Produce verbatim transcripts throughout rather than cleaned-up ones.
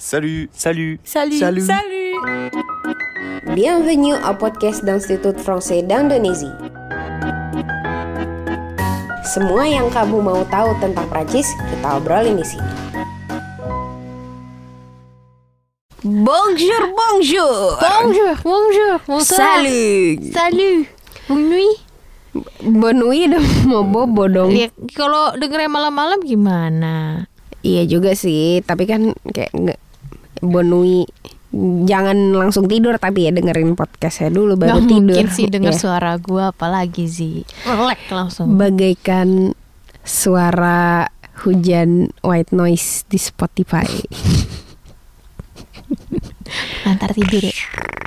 Salut, salut, Salut, salut. salut. Bienvenue au podcast d'Institut Français d'Indonésie. Semua yang kamu mau tahu tentang Prancis, kita obrolin di sini. Bonjour, bonjour. Bonjour, bonjour, bonsoir. Salut. Salut. Bonne nuit. Bonne nuit udah mau bobo dong. Ya, kalau dengerin malam-malam gimana? Iya juga sih, tapi kan kayak nggak bonne nuit. Jangan langsung tidur tapi ya dengerin podcastnya dulu baru Gak tidur. mungkin sih denger Ya. suara gua apalagi sih. Melek langsung. Bagaikan suara hujan white noise di Spotify. Antar tidur ya.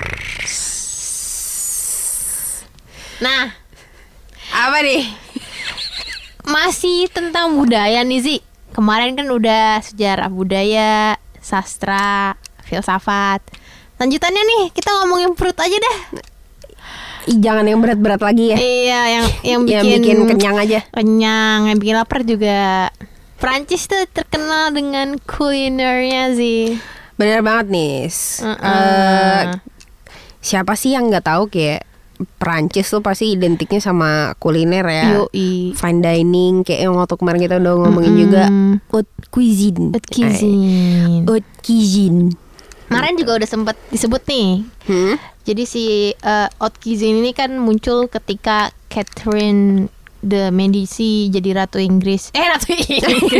Nah, Apa nih? masih tentang budaya nih Zi. Kemarin kan udah sejarah budaya, sastra, filsafat. Lanjutannya nih, kita ngomongin perut aja deh. Ih, jangan yang berat-berat lagi ya. Iya, yang yang bikin, Yang bikin kenyang aja. Kenyang, yang bikin lapar juga. Prancis tuh terkenal dengan kulinernya sih. Bener banget nih. Uh-uh. Eh, siapa sih yang nggak tahu kayak Prancis tuh pasti identiknya sama kuliner ya. Yoi. Fine dining kayak yang waktu kemarin kita udah ngomongin Mm-mm. juga haute cuisine. Haute cuisine. Eh, haute cuisine. Kemarin juga udah sempet disebut nih. Hmm? Jadi si uh, haute cuisine ini kan muncul ketika Catherine de Medici jadi ratu Inggris. Eh ratu Inggris.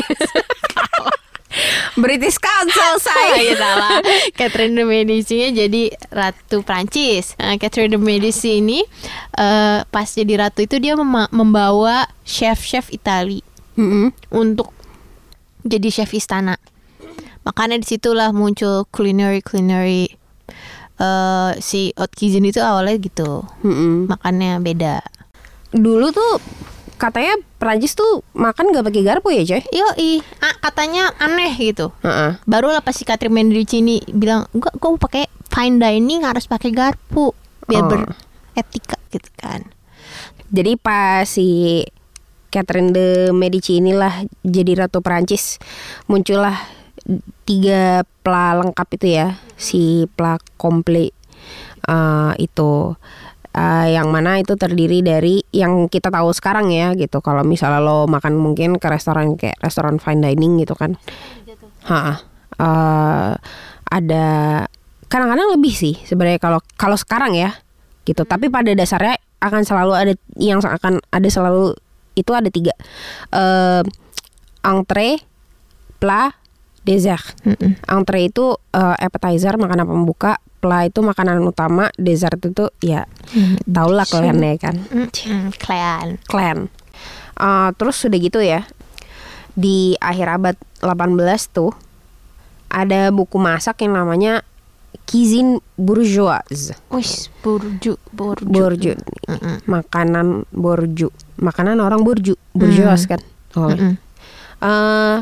British Council Saya saya. salah. Catherine de Medici-nya jadi ratu Prancis. Nah, Catherine de Medici ini uh, pas jadi ratu itu dia mem- membawa chef-chef Itali Mm-mm. untuk jadi chef istana. Makanya disitulah muncul culinary culinary uh, si haute cuisine itu awalnya gitu. Mm-mm. Makannya beda. Dulu tuh katanya Prancis tuh makan gak pakai garpu ya coy? Yoi, ah, katanya aneh gitu. Heeh. Baru lah pas si Catherine Medici ini bilang, enggak, gue pakai fine dining harus pakai garpu biar Oh. beretika gitu kan. Jadi pas si Catherine de Medici inilah jadi ratu Prancis, muncullah tiga pla lengkap itu ya, si pla komplit uh, itu. Uh, yang mana itu terdiri dari yang kita tahu sekarang ya gitu. Kalau misalnya lo makan mungkin ke restoran kayak restoran fine dining gitu kan, ha, uh, ada kadang-kadang lebih sih sebenarnya kalau kalau sekarang ya gitu. Tapi pada dasarnya akan selalu ada yang akan ada selalu itu ada tiga, uh, entree, plat, dessert. Mm-mm. Entree itu uh, appetizer, makanan pembuka. Plat itu makanan utama, dessert itu ya Mm. tau lah kalian ya kan. Mm-mm, Kalian. Clan. Uh, terus udah gitu ya, di akhir abad delapan belas tuh ada buku masak yang namanya Cuisine Bourgeoise. Wis, burju, burju. Bourgeois. Mm-mm. Makanan borju. Makanan orang borju. Bourgeois kan. Oh. Mm-mm. Uh,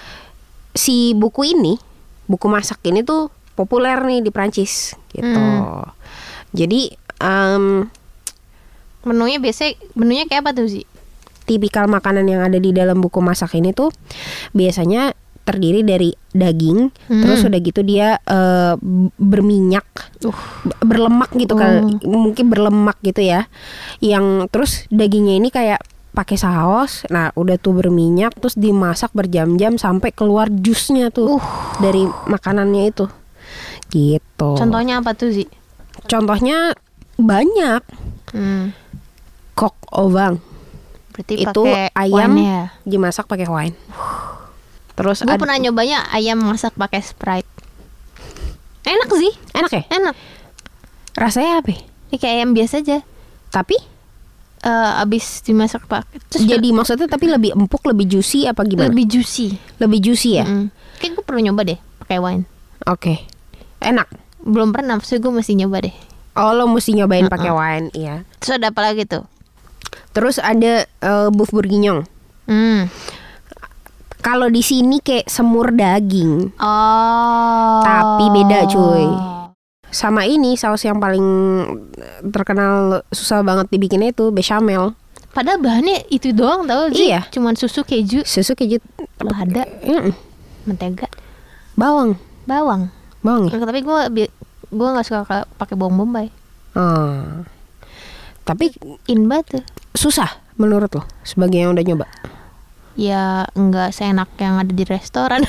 si buku ini, buku masak ini tuh populer nih di Prancis gitu. Hmm. Jadi um, Menunya biasa, menunya kayak apa tuh sih? tipikal makanan yang ada di dalam buku masak ini tuh biasanya terdiri dari daging, Hmm. terus udah gitu dia uh, berminyak, Uh. berlemak gitu kan, Oh. mungkin berlemak gitu ya. Yang terus dagingnya ini kayak pakai saus, nah udah tuh berminyak, terus dimasak berjam-jam sampai keluar jusnya tuh Uh. dari makanannya itu, gitu. Contohnya apa tuh sih? Contohnya banyak. Hmm. Coq au vin Berarti itu pakai ayam wine ya. dimasak pakai wine. Terus Gue ad- pernah nyobanya ayam masak pakai Sprite. Enak sih, enak ya? enak. Rasanya apa? Ini kayak ayam biasa aja. Tapi Eh, abis dimasak pakai terus jadi maksudnya tapi lebih empuk, lebih juicy apa gimana? lebih juicy. Lebih juicy ya? Mm. Kayak gue perlu nyoba deh pakai wine. Oke. Enak. Belum pernah, maksudnya gue mesti nyoba deh. Oh, lo mesti nyobain Uh-uh. pakai wine, iya. Terus ada apa lagi tuh? Terus ada uh, beef bourguignon. Hmm. Kalau di sini kayak semur daging, Oh. tapi beda cuy. Sama ini saus yang paling terkenal susah banget dibikinnya itu bechamel. Padahal bahannya itu doang tau sih. Iya. Cuman susu, keju, Susu keju, lada, mm, mentega. bawang. Bawang. Bawang ya? Tapi gue gue nggak suka ka- pakai bawang bombay. Hmm. Tapi In banget tuh. susah menurut lo sebagai yang udah nyoba? Ya nggak seenak yang ada di restoran.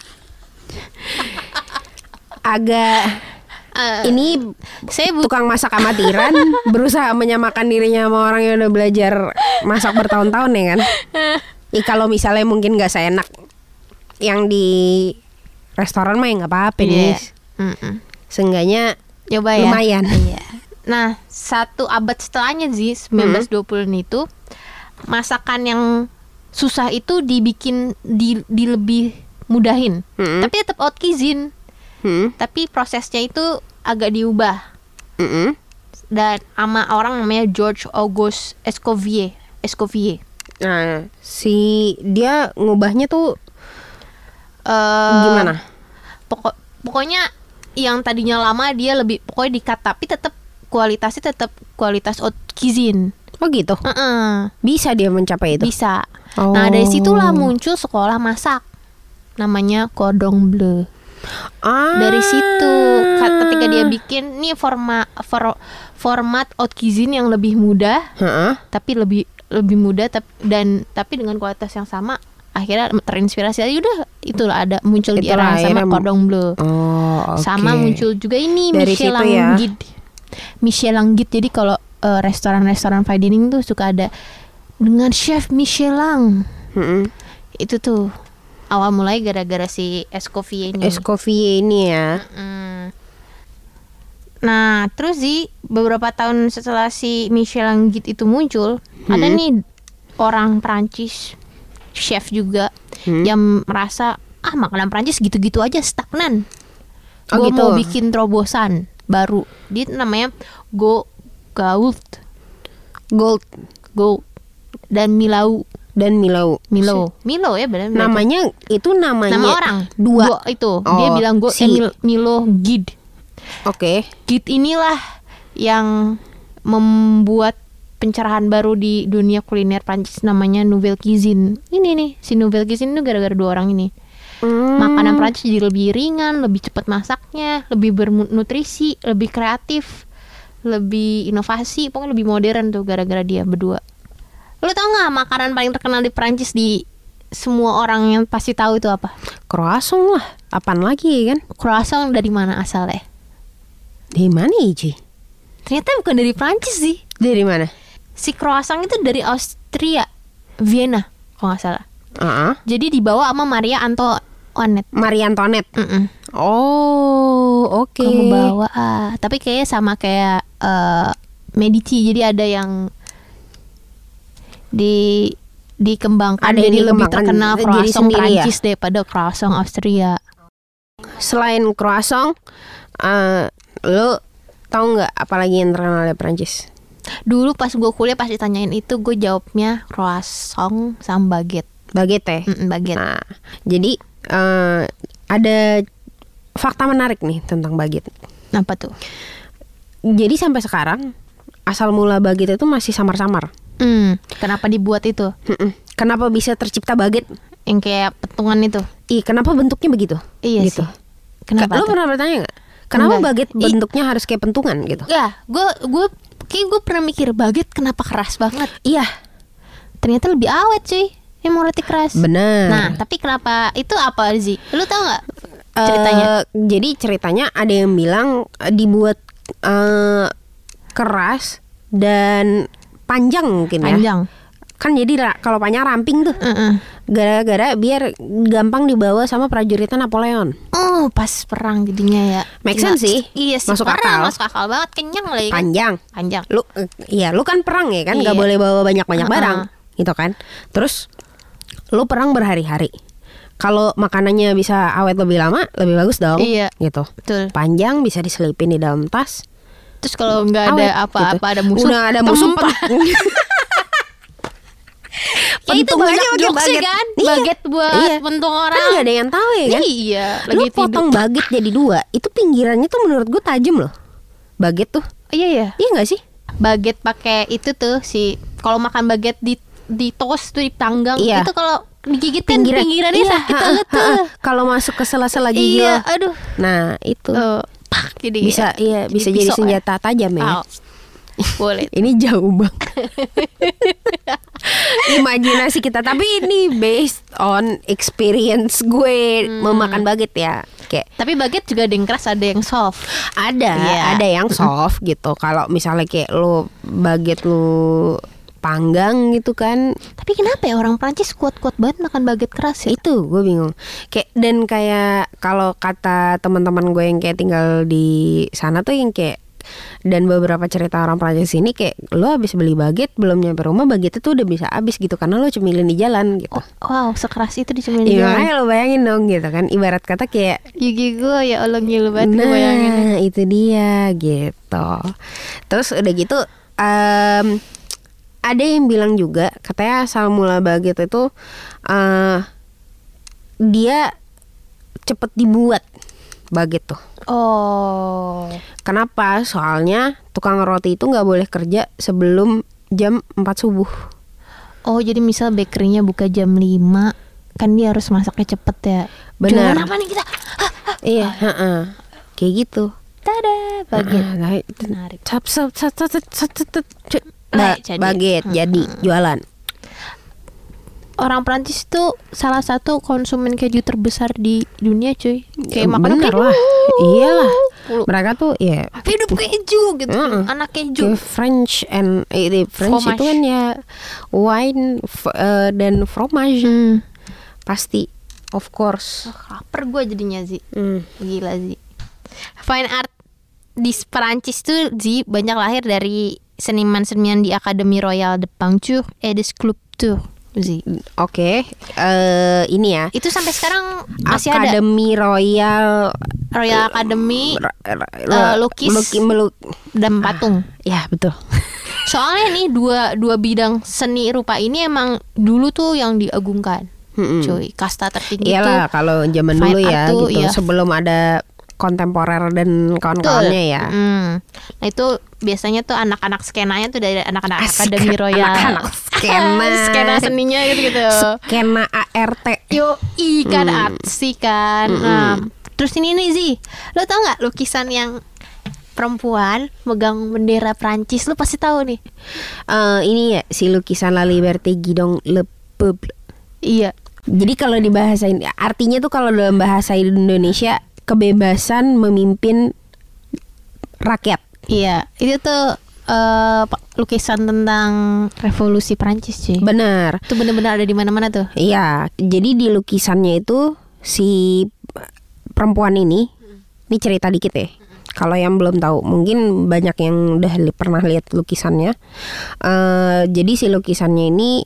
Agak Eh, ini saya bu- tukang masak amatiran berusaha menyamakan dirinya sama orang yang udah belajar masak bertahun-tahun ya kan? Ya kalau misalnya mungkin nggak seenak yang di restoran mah ya nggak apa-apa Iya. nih. Mm-mm. Seenggaknya Coba ya. lumayan. Iya. Nah, satu abad setelahnya sih sembilan belas dua puluh itu masakan yang susah itu dibikin di, di lebih mudahin. Mm-mm. Tapi tetap haute cuisine. Hmm. Tapi prosesnya itu agak diubah. Mm-mm. Dan sama orang namanya George Auguste Escoffier. Escoffier. Nah, si dia ngubahnya tuh Eh, gimana? Pokok pokoknya yang tadinya lama dia lebih pokoknya di-cut tapi tetap kualitasnya tetap kualitas haute cuisine. Oh gitu. Heeh. Bisa dia mencapai itu. Bisa. Oh. Nah, dari situlah muncul sekolah masak. Namanya Cordon Bleu. Ah. Dari situ ka- ketika dia bikin nih forma for- format haute cuisine yang lebih mudah, Heeh. tapi lebih lebih mudah tap- dan tapi dengan kualitas yang sama, akhirnya terinspirasi aja udah itulah ada muncul di Itulah era yang sama akhirnya- Cordon Bleu. Oh, oke. Sama muncul juga ini Dari situ Michelin ya. Guide. Michelin Guide. Jadi kalau eh, restoran-restoran fine dining tuh suka ada dengan chef Michelin. Mm-mm. Itu tuh awal mulai gara-gara si Escoffier ini. Escoffier ini ya. Mm. Nah, terus sih beberapa tahun setelah si Michelin Guide itu muncul, Hmm. ada nih orang Prancis, chef juga, Hmm. yang merasa ah makanan Prancis gitu-gitu aja stagnan. Oh, Gue gitu. mau bikin terobosan baru. Dia namanya Go Gault, Gold Go dan Milau, dan Milo. Milo, Milo ya benar. Namanya itu namanya nama orang dua. Go itu. Dia Oh, bilang Go si- eh, Mil- Milo Guide. Oke. Guide inilah yang membuat pencerahan baru di dunia kuliner Prancis namanya Nouvelle Cuisine. Ini nih, si Nouvelle Cuisine itu gara-gara dua orang ini. Hmm. Makanan Prancis jadi lebih ringan, lebih cepat masaknya, lebih bernutrisi, lebih kreatif, lebih inovasi, pokoknya lebih modern tuh gara-gara dia berdua. Lu tau nggak makanan paling terkenal di Prancis di semua orang yang pasti tahu itu apa? Croissant lah. Apaan lagi ya kan? Croissant dari mana asalnya? Dari mana Iji? Ternyata bukan dari Prancis sih. Dari mana? Si croissant itu dari Austria, Vienna kalau nggak salah. Ah, Jadi dibawa sama Maria Antoinette. Marie Antoinette. Mm-mm. Oh, oke. Kamu bawa, ah. Tapi kayaknya sama kayak eh, Medici. Jadi ada yang di dikembangkan Ada yang jadi lebih dikembangkan terkenal jadi croissant sendiri ya? Prancis daripada croissant Austria. Selain croissant, eh lo tahu nggak apalagi yang terkenal dari Prancis? Dulu pas gue kuliah pas ditanyain itu gue jawabnya croissant sama baguette. Baguette. Mm-mm, baguette. Nah, jadi eh, ada fakta menarik nih tentang baguette. Apa tuh? Jadi sampai sekarang asal mula baguette itu masih samar-samar. Hmm, kenapa dibuat itu? Mm-mm. Kenapa bisa tercipta baguette? Yang kayak petungan itu. Ih, kenapa bentuknya begitu? Iya gitu. sih. Kenapa? Lo tuh? pernah bertanya nggak? Kenapa Enggak. baguette I- bentuknya harus kayak pentungan gitu? Ya, gue gue kayak gue pernah mikir baguette kenapa keras banget? Iya, Ternyata lebih awet cuy. Yang roti keras. benar. Nah, tapi kenapa itu apa sih? Lu tahu nggak ceritanya? Eh, jadi ceritanya ada yang bilang eh, dibuat eh, keras dan panjang mungkin ya. Panjang. Kan jadi ra- kalau panjang ramping tuh. Mm-mm. Gara-gara biar gampang dibawa sama prajuritnya Napoleon. Oh, pas perang jadinya ya. Make Nggak- sense sih. Iya sih. Masuk parah, akal. Masuk akal banget. Kenyang lagi kan. Panjang. Panjang. Lu eh, iya, lu kan perang ya kan, nggak Iya. boleh bawa banyak-banyak Uh-uh. barang, gitu kan. Terus lu perang berhari-hari. Kalau makanannya bisa awet lebih lama, lebih bagus dong. Iya. Gitu. Betul. Panjang bisa diselipin di dalam tas. Terus kalau nggak Awet, ada apa-apa gitu. ada musuh. Udah ada musuh tumpah. pen- Ya itu pentung aja banyak pakai jokes baguette. kan. Iya. Baguette buat Iya. pentung Kan orang. nggak ada yang tahu ya kan. Iya. Lu Lagi tidur. potong baguette jadi dua, itu pinggirannya tuh menurut gue tajam loh. Baguette tuh, Iya ya. iya nggak sih? Baguette pakai itu tuh si kalau makan baguette di di toast tuh dipanggang Iya. itu kalau digigitin Pinggiran. pinggirannya Iya, sakit ha-ha, banget tuh. ha-ha. Kalau masuk ke sela-sela gigi Iya, lo. aduh. Nah itu Eh, pak, jadi bisa iya jadi bisa jadi pisau senjata tajam ya. Oh, boleh. Ini jauh banget. Imajinasi kita, tapi ini based on experience gue Hmm. memakan baget ya. Kayak Tapi baget juga ada yang keras, ada yang soft. ada Iya. ada yang soft gitu. Kalau misalnya kayak lo baget lo panggang gitu kan, Tapi kenapa ya orang Prancis kuat-kuat banget makan baget keras ya? itu gue bingung. Kayak dan kayak kalau kata teman-teman gue yang kayak tinggal di sana tuh yang kayak, dan beberapa cerita orang Prancis ini kayak lo habis beli baget belum nyampe rumah bagetnya tuh udah bisa habis gitu karena lo cemilin di jalan gitu. Wow, sekeras itu dicemilin Iya, jalan. makanya lo bayangin dong gitu kan, ibarat kata kayak Gigi gue ya Allah ngilu banget gue nah bayangin. itu dia gitu. Terus udah gitu em, ada yang bilang juga katanya asal mula baget itu eh dia cepet dibuat baget tuh. Oh. Kenapa? Soalnya tukang roti itu nggak boleh kerja sebelum jam empat subuh. Oh, jadi misal bakerynya buka jam lima, kan dia harus masaknya cepet ya. Benar. Jualan apa nih kita? Hah, Iya, heeh. Kayak gitu. tada, baget. Heeh, nah, itu- Menarik. Sap, sap, sap, sap, sap, sap, sap, sap. Nah, Ba- jadi. baget jadi jualan. Orang Prancis tuh salah satu konsumen keju terbesar di dunia, cuy. Kayak Ya, makan bener keju. lah. Iyalah. Mulu. Mereka tuh ya Hidup keju gitu. Heeh. Anak keju. kayak French and eh, di French Fromage. itu kan ya wine f- eh, dan fromage Hmm. pasti of course. Oh, lapar gue jadinya Zi. Hmm. Gila Zi. Fine art di Perancis tuh Zi banyak lahir dari seniman-seniman di Académie Royale de Peinture et de Sculpture Zi. Oke, eh, ini ya. Itu sampai sekarang masih ada Akademi Royal Royal Academy ra- ra- eh, ra- lukis meluki- meluk- dan patung. ya betul. Soalnya nih dua dua bidang seni rupa ini emang dulu tuh yang diagungkan. Mm-mm. Cuy, kasta tertinggi Iyalah tuh. kalau zaman fine dulu art ya tuh, gitu iya. sebelum ada kontemporer dan kawan-kawannya ya. Hmm. Nah itu biasanya tuh anak-anak skenanya tuh dari anak-anak Asik, Akademi Royal. anak-anak skena. Skena seninya gitu gitu. Skena A R T. Yo, kan Hmm. artsy kan. Nah, terus ini nih Zi, lo tau nggak lukisan yang perempuan megang bendera Prancis? Lo pasti tahu nih. Eh, ini ya si lukisan La Liberté Guidon le Peuple. Iya. Jadi kalau dibahasain artinya tuh kalau dalam bahasa Indonesia kebebasan memimpin rakyat. Iya, itu tuh eh, pa- lukisan tentang revolusi Prancis cuy. Benar. Itu bener-bener ada di mana-mana tuh. Iya, jadi di lukisannya itu si perempuan ini, ini cerita dikit ya. Kalau yang belum tahu, mungkin banyak yang udah li- pernah lihat lukisannya. Eh, jadi si lukisannya ini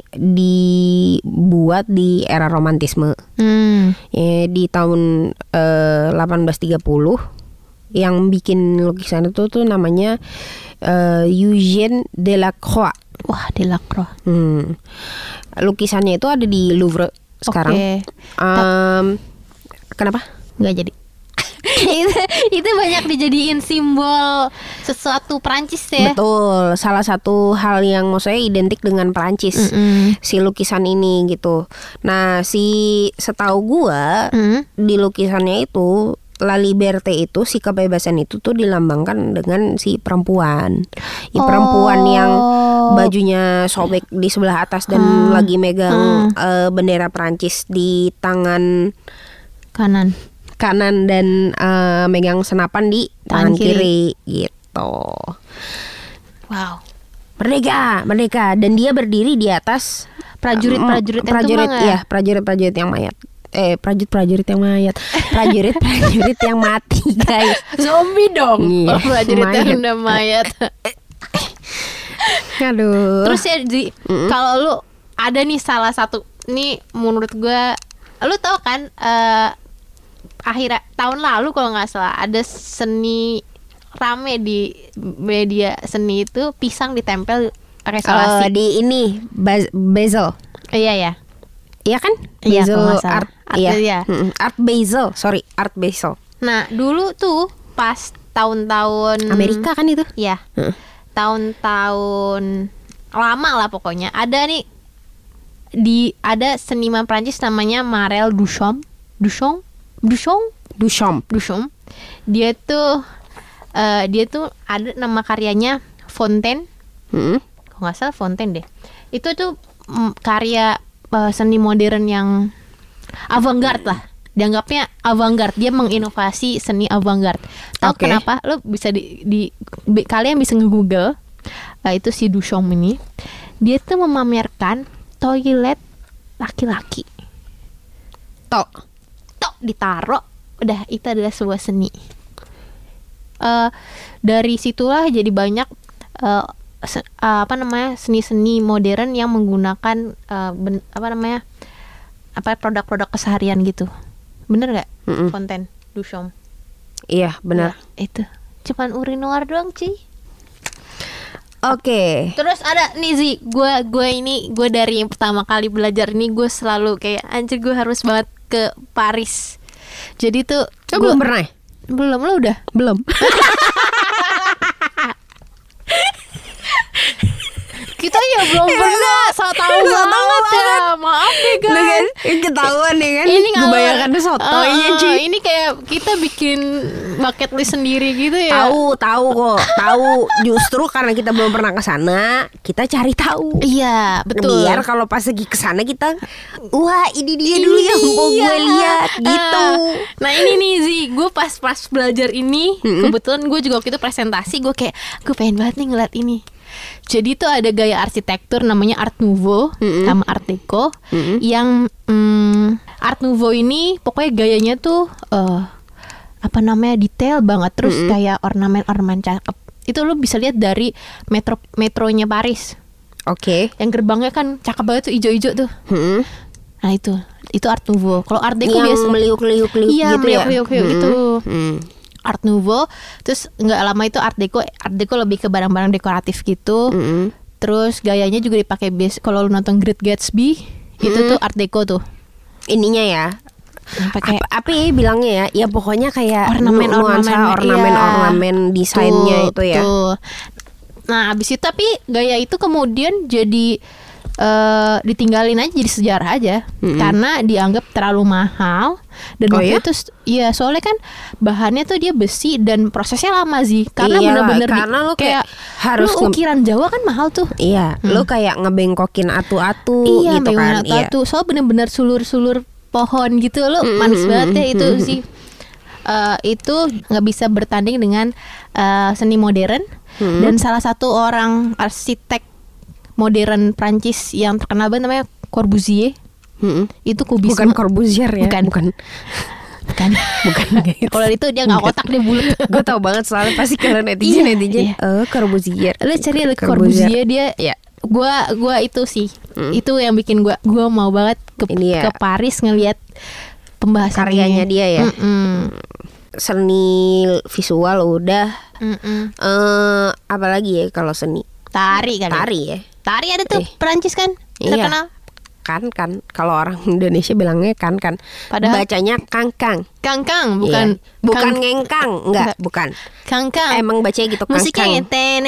dibuat di era romantisme, Hmm. ya, di tahun eh, delapan belas tiga puluh. Yang bikin lukisan itu tuh namanya eh, Eugène Delacroix. Wah, Delacroix. Hmm. Lukisannya itu ada di Louvre sekarang. Oke. Em, kenapa? Nggak jadi. itu, itu banyak dijadiin simbol sesuatu Prancis ya. Betul, salah satu hal yang maksudnya identik dengan Perancis. Mm-mm. Si lukisan ini gitu. Nah, si setahu gua Mm. di lukisannya itu La Liberté itu si kebebasan itu tuh dilambangkan dengan si perempuan. Ya, perempuan Oh. yang bajunya sobek di sebelah atas dan Hmm. lagi megang Hmm. eh, bendera Perancis di tangan Kanan. kanan dan eh, megang senapan di Tangan tangan kiri. kiri. gitu. Wow. Merdeka, merdeka, dan dia berdiri di atas Prajurit-prajurit yang prajurit, tumbang ya? iya, prajurit-prajurit yang mayat. Eh, prajurit-prajurit yang mayat. Prajurit-prajurit yang mati, guys. Zombie dong. Iya, Kalau prajurit yang mayat. udah mayat. Aduh. Terus ya Zi, kalau lu ada nih salah satu nih menurut gua, lu tau kan eh akhir tahun lalu kalau nggak salah ada seni rame di media seni itu pisang ditempel restorasi. Eh, di ini Baz- Basel. Iya ya. Iya kan? Iya, Basel kalau nggak salah. Art, Art, iya. iya. Mm-mm. Art Basel, sorry, Art Basel. Nah dulu tuh pas tahun-tahun Amerika kan itu? ya Heeh. tahun-tahun lama lah pokoknya ada nih di ada seniman Prancis namanya Marcel Duchamp. Duchamp? Duchamp? Duchamp. Duchamp. Dia tuh uh, dia tuh ada nama karyanya Fontaine. Mm-mm. Kalau nggak salah Fontaine deh. Itu tuh mm, karya uh, seni modern yang avant-garde lah. Dianggapnya avant-garde. Dia menginovasi seni avant-garde. Tahu Oke. kenapa? Lo bisa di, di bi- kalian bisa nge-google. Uh, itu si Duchamp ini. Dia tuh memamerkan toilet laki-laki. Tok. Tok ditaruh, udah itu adalah sebuah seni. Uh, dari situlah jadi banyak uh, se- uh, apa namanya seni-seni modern yang menggunakan uh, ben- apa namanya apa produk-produk keseharian gitu. Bener nggak? Mm-mm. Fontaine, Duchamp. Iya benar. Ya, itu cuman urinoir doang cuy. Oke. Terus ada nih Zi, gue gue ini gue dari yang pertama kali belajar ini gue selalu kayak anjir gue harus banget ke Paris. Jadi tuh Lo gua- belum pernah ya? belum lo udah Belum. kita ya belum pernah so tahu banget ya maaf ya Lu kan guys. ketahuan nih kan. Ini Gue bayangkan sotoinya uh, cuy. ini kayak kita bikin bucket list sendiri gitu ya. Tahu, tahu kok, tahu. Justru karena kita belum pernah ke sana, kita cari tahu. Iya betul. Biar kalau pas lagi ke sana kita, wah ini dia Ini dulu yang mau dia. gue lihat gitu. Ah, nah ini nih Zi, gue pas pas belajar ini, kebetulan gue juga waktu itu presentasi, gue kayak gue pengen banget nih ngeliat ini. Jadi tuh ada gaya arsitektur namanya Art Nouveau Mm-mm. sama Art Deco Mm-mm. yang mm, Art Nouveau ini pokoknya gayanya tuh eh, apa namanya detail banget, terus Mm-mm. kayak ornamen-ornamen cakep. Itu lo bisa lihat dari metro metronya Paris. Oke. Yang gerbangnya kan cakep banget tuh, ijo-ijo tuh. Hmm. Nah itu itu Art Nouveau. Kalau Art Deco Yang biasa meliuk-liuk-liuk Iya, gitu ya. meliuk-liuk Hmm. itu. Hmm. Art Nouveau, terus nggak lama itu Art Deco. Art Deco lebih ke barang-barang dekoratif gitu. Hmm. Terus gayanya juga dipakai base. Kalau lu nonton Great Gatsby, itu Mm. tuh Art Deco tuh. Ininya ya. Yang pakai Apa, apa ya bilangnya ya? Ya pokoknya kayak Ornamen, nu- ornamen, nuansa ornamen-ornamen iya. desainnya Tuh, itu ya. tuh. Nah, abis itu tapi gaya itu kemudian jadi eh, ditinggalin aja, jadi sejarah aja. Mm-mm. Karena dianggap terlalu mahal. Dan Oh waktu ya? itu iya soalnya kan bahannya tuh dia besi dan prosesnya lama sih. Karena Iya, bener-bener di- karena lu kayak kayak harus lu nge- ukiran Jawa kan mahal tuh. Iya, lu kayak ngebengkokin atu-atu Iya, gitu kan. Iya. tuh. Soalnya bener-bener sulur-sulur pohon gitu lo Mm, manis mm, banget mm, ya itu mm, sih. Eh, itu nggak bisa bertanding dengan eh, seni modern. Mm. Dan salah satu orang arsitek modern Prancis yang terkenal banget namanya Corbusier. Mm-mm. Itu kubisme. Bukan Corbusier ya. Bukan. Bukan. Bukan. Bukan. Kalau itu dia nggak kotak, dia bulat. Gue tau banget soalnya pasti kalau netizen Iya, netizen. iya. Oh, Corbusier. Lu cari lihat Corbusier. Corbusier dia. Iya. Gua gua itu sih. Mm. Itu yang bikin gua gua mau banget ke Ini ya. ke Paris ngelihat pembahasan Karyanya dia ya. Mm-mm. Seni visual udah. Mm-mm. Eh, apalagi ya kalau seni? Tari kali. Tari ya. Tari ada tuh Eh. Perancis kan Iya. terkenal. Kan kan kalau orang Indonesia bilangnya kan kan. Padahal- bacanya kangkang. Kangkang bukan Iya. bukan kang- ngengkang, enggak, Enggak. bukan. Kangkang. Emang bacanya gitu Musiknya ya, kangkang.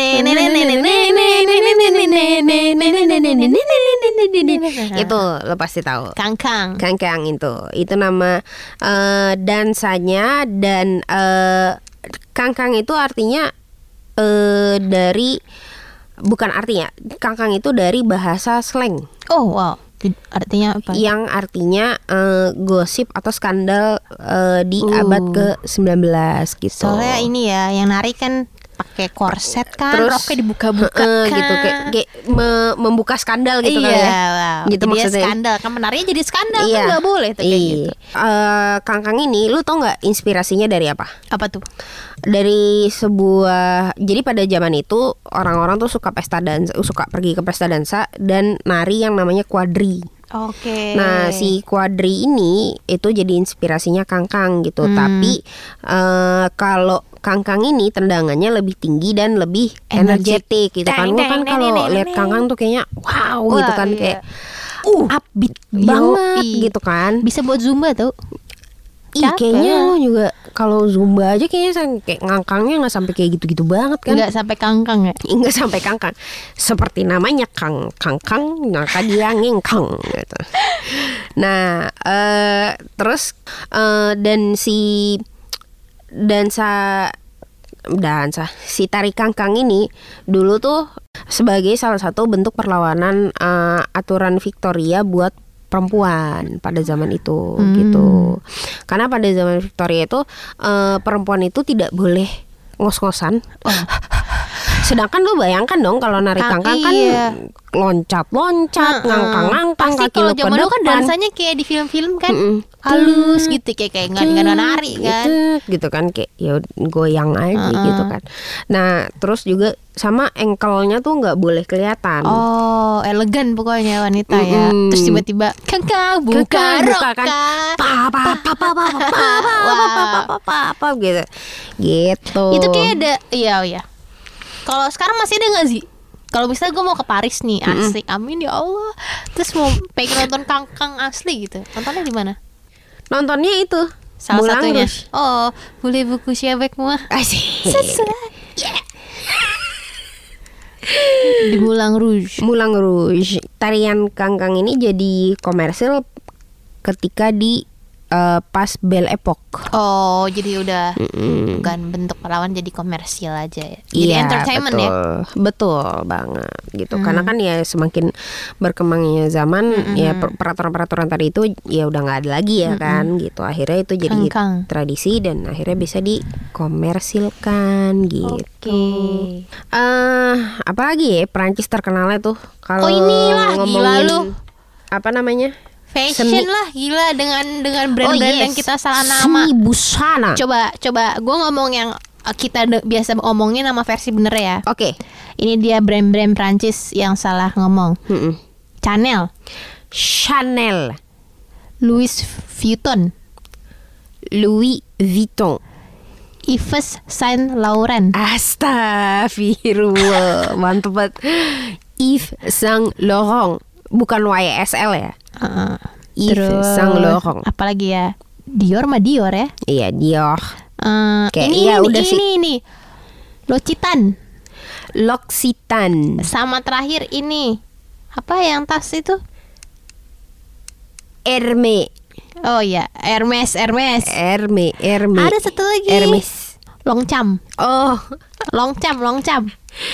Itu lo pasti tahu. Kangkang. Kangkang itu. Itu nama eh, dansanya dan eh, kangkang itu artinya eh, dari bukan artinya. Kangkang itu dari bahasa slang Oh wow. Artinya apa? yang artinya eh, gosip atau skandal eh, di Uh. abad ke sembilan belas gitu. Soalnya ini ya yang narik kan pakai korset kan, Terus, roknya dibuka-buka Heeh, kan. gitu kayak, kayak me- membuka skandal gitu iya, kali ya. wow. Gitu Jadi ya maksudnya. skandal kan, menariknya jadi skandal Iya. kan nggak boleh tuh kayak Iya. gitu. Eh, kangkang ini lu tau nggak inspirasinya dari apa? Apa tuh? Dari sebuah, jadi pada zaman itu orang-orang tuh suka pesta dansa, suka pergi ke pesta dansa dan nari yang namanya kuadri. Oke. Nah, si kuadri ini itu jadi inspirasinya kangkang gitu. Hmm. Tapi eh, kalau kangkang ini tendangannya lebih tinggi dan lebih Energetik. energetik gitu kan. Teng, Gua kan teng, kalau neng, neng, lihat neng. kangkang tuh kayaknya wow Wah, gitu kan, iya. kayak uh upbeat banget Yoi. gitu kan. Bisa buat zumba tuh. Ih, Capek kayaknya lah. lo juga kalau zumba aja kayaknya sang- kayak ngangkangnya nggak sampai kayak gitu-gitu banget kan? Nggak sampai kangkang ya. Nggak sampai kangkang. Seperti namanya kang kangkang, maka dia ngengkang gitu. Nah, eh, terus eh, dan si dansa dansa si tari kangkang ini dulu tuh sebagai salah satu bentuk perlawanan eh, aturan Victoria buat perempuan pada zaman itu Hmm. gitu. Karena pada zaman Victoria itu eh, perempuan itu tidak boleh ngos-ngosan. Sedangkan lu bayangkan dong kalau nari Kang- kangkang kan iya. loncat-loncat, Heeh. ngangkang-ngangkang Pasti kaki kalau lu ke zaman dulu kan depan. dansanya kayak di film-film kan. Mm-mm. Halus gitu kayak kayak nggak nggak nari kan. Gitu, gitu kan kayak ya goyang aja Heeh. gitu kan. Nah, terus juga sama ankle-nya tuh nggak boleh kelihatan. Oh, elegan pokoknya wanita ya. Mm-mm. Terus tiba-tiba kangkang buka Kangkang, buka rok kan. Kak." Pa pa pa pa pa pa pa pa pa pa pa pa pa gitu. Gitu. Itu kayak ada, iya iya. Kalau sekarang masih ada nggak sih? Kalau misalnya gue mau ke Paris nih, asik, amin ya Allah. Terus mau pengen nonton kangkang asli gitu, nontonnya di mana? Nontonnya itu Salah Moulin satunya. Rouge. Oh, boleh buku siabek moi. Asik. Di Moulin Rouge. Moulin Rouge. Tarian kangkang ini jadi komersil ketika di eh, pas Belle Époque. Oh, jadi udah Mm-mm. bukan bentuk perlawan, jadi komersial aja ya. Jadi Iya, entertainment betul. ya. Betul banget gitu. Hmm. Karena kan ya semakin berkembangnya zaman ya per- peraturan-peraturan tadi itu ya udah nggak ada lagi ya kan gitu. Akhirnya itu jadi Kangkang. tradisi dan akhirnya bisa dikomersilkan gitu. Oke. Eh, apa lagi ya Perancis terkenalnya tuh kalau Oh, inilah, gila ngomongin lu. apa namanya? Fashion Seni. lah gila dengan dengan brand-brand yes. yang kita salah nama. Seni busana. Coba coba gue ngomong yang uh, kita de- biasa ngomongin nama versi bener ya. Oke. Ini dia brand-brand Prancis yang salah ngomong. Mm-mm. Chanel, Chanel, Louis Vuitton, Louis Vuitton. Yves Saint Laurent. Astagfirullah, mantep banget. Yves Saint Laurent, bukan Y S L ya? Uh, Yves Saint Laurent. apalagi ya? Dior mah Dior ya. Iya, Dior. Uh, Kayak, ini iya, ini, udah ini, sih. ini, ini. L'Occitane. L'Occitane. Sama terakhir ini. Apa yang tas itu? Hermès. Oh ya, Hermes, Hermes. Hermès, Hermès. Ada satu lagi. Hermes. Longchamp. Oh, Longchamp, Longchamp.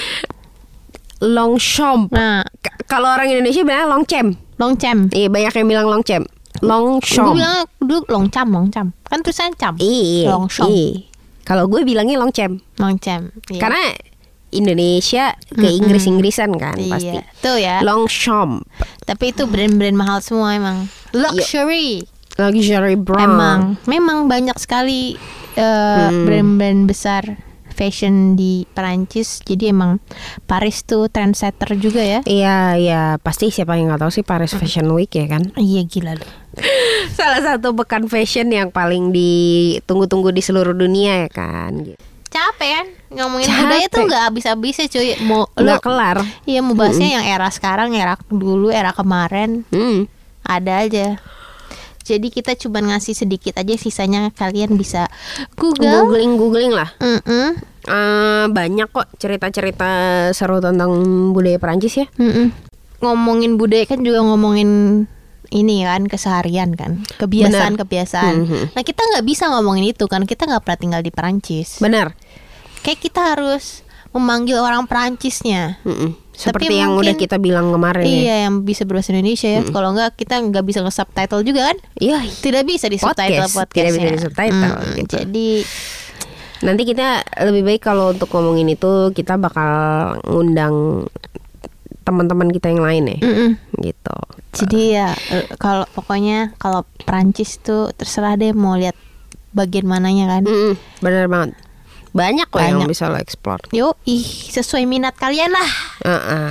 Longchamp. Nah, K- Kalau orang Indonesia bilang Longchamp. Longchamp. Iya, banyak yang bilang Longchamp. Gue Longchamp. bilang dulu Longchamp, Longchamp. Kan tulisannya cam. Iya. Longchamp. Iya. Kalau gue bilangnya Longchamp. Longchamp. Iya. Karena Indonesia ke Mm-mm. Inggris-Inggrisan kan Iya. pasti. Tuh ya. Longchamp. Tapi itu brand-brand mahal semua emang. Luxury. Luxury brand. Emang, memang banyak sekali eh, Hmm. brand-brand besar fashion di Perancis. Jadi emang Paris tuh trendsetter juga ya. Iya, iya, pasti siapa yang nggak tahu sih Paris Fashion Week ya kan? Iya gila loh. Salah satu pekan fashion yang paling ditunggu-tunggu di seluruh dunia ya kan. Gitu. Capek kan ngomongin Capek. budaya tuh nggak habis-habisnya cuy. Mau Nggak lo kelar. iya mau bahasnya yang era sekarang, era dulu, era kemarin Hmm. ada aja. Jadi kita cuma ngasih sedikit aja, sisanya kalian bisa Google. Googling googling lah. Mm-mm. Eh, banyak kok cerita-cerita seru tentang budaya Perancis ya. Mm-mm. Ngomongin budaya kan juga ngomongin ini kan keseharian kan, kebiasaan-kebiasaan. Mhm. Nah kita nggak bisa ngomongin itu kan, kita nggak pernah tinggal di Perancis. Benar. Kayak kita harus memanggil orang Perancisnya. Mm-mm. Seperti Tapi yang mungkin- udah kita bilang kemarin ya. Iya, yang bisa berbahasa Indonesia ya. Kalau nggak kita nggak bisa nge-subtitle juga kan? Iya. Tidak bisa di subtitle Podcast, podcastnya. tidak bisa di-subtitle, Mm, gitu. Jadi Nanti kita lebih baik kalau untuk ngomongin itu kita bakal ngundang teman-teman kita yang lain ya. mm-mm. Gitu. Jadi ya eh, kalau pokoknya kalau Perancis tuh terserah deh mau lihat bagian mananya kan. Mm-mm, bener banget. Banyak kok yang Banyak. bisa lo explore. Yo, ih sesuai minat kalian lah. Uh-uh.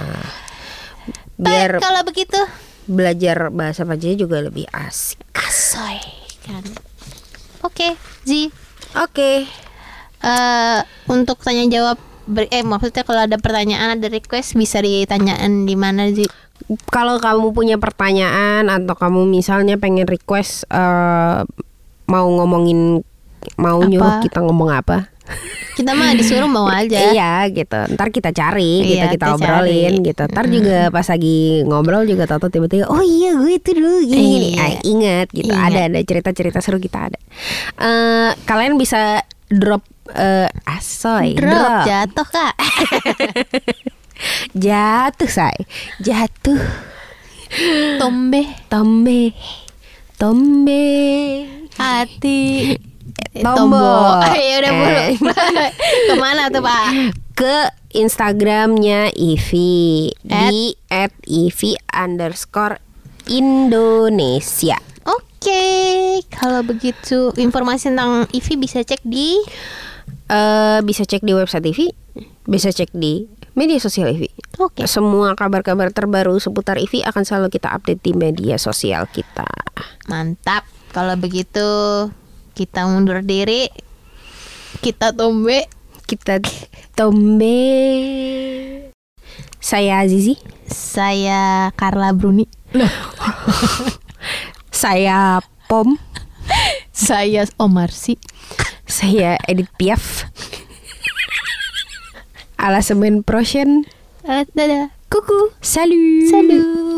Biar Biar kalau begitu belajar bahasa Prancis juga lebih asik. asoy kan. Oke, Zi. Oke. Eh untuk tanya jawab ber- eh maksudnya kalau ada pertanyaan, ada request bisa ditanyain di mana Zi? Kalau kamu punya pertanyaan atau kamu misalnya pengen request eh, mau ngomongin, mau Apa? nyuruh kita ngomong apa. Kita mah disuruh mau aja. Iya gitu. Ntar kita cari, Iya, gitu kita kita obrolin cari. gitu. Ntar juga pas lagi ngobrol juga tahu tiba-tiba, oh iya gue itu dulu gini, gini. Iya. Ah, ingat gitu. Ingat. Ada ada cerita-cerita seru kita ada. Eh, kalian bisa drop eh asoy Drop, jatuh kak. jatuh say jatuh Tombe tombe tombe hati Tombol. Ayo udah buru. Eh. Kemana tuh pak? Ke Instagramnya Ivi At- di at Ivi underscore Indonesia. Oke, kalau begitu informasi tentang Ivi bisa cek di Eh, bisa cek di website Ivi, bisa cek di media sosial Ivi. Oke. Semua kabar-kabar terbaru seputar Ivi akan selalu kita update di media sosial kita. Mantap. Kalau begitu kita mundur diri. Kita tombe. Kita tombe. Saya Azizi. Saya Carla Bruni. Saya Pom. Saya Omarsi. Saya Edith Piaf. Ala semen prochen. Dadah. Kuku. Salut. Salut.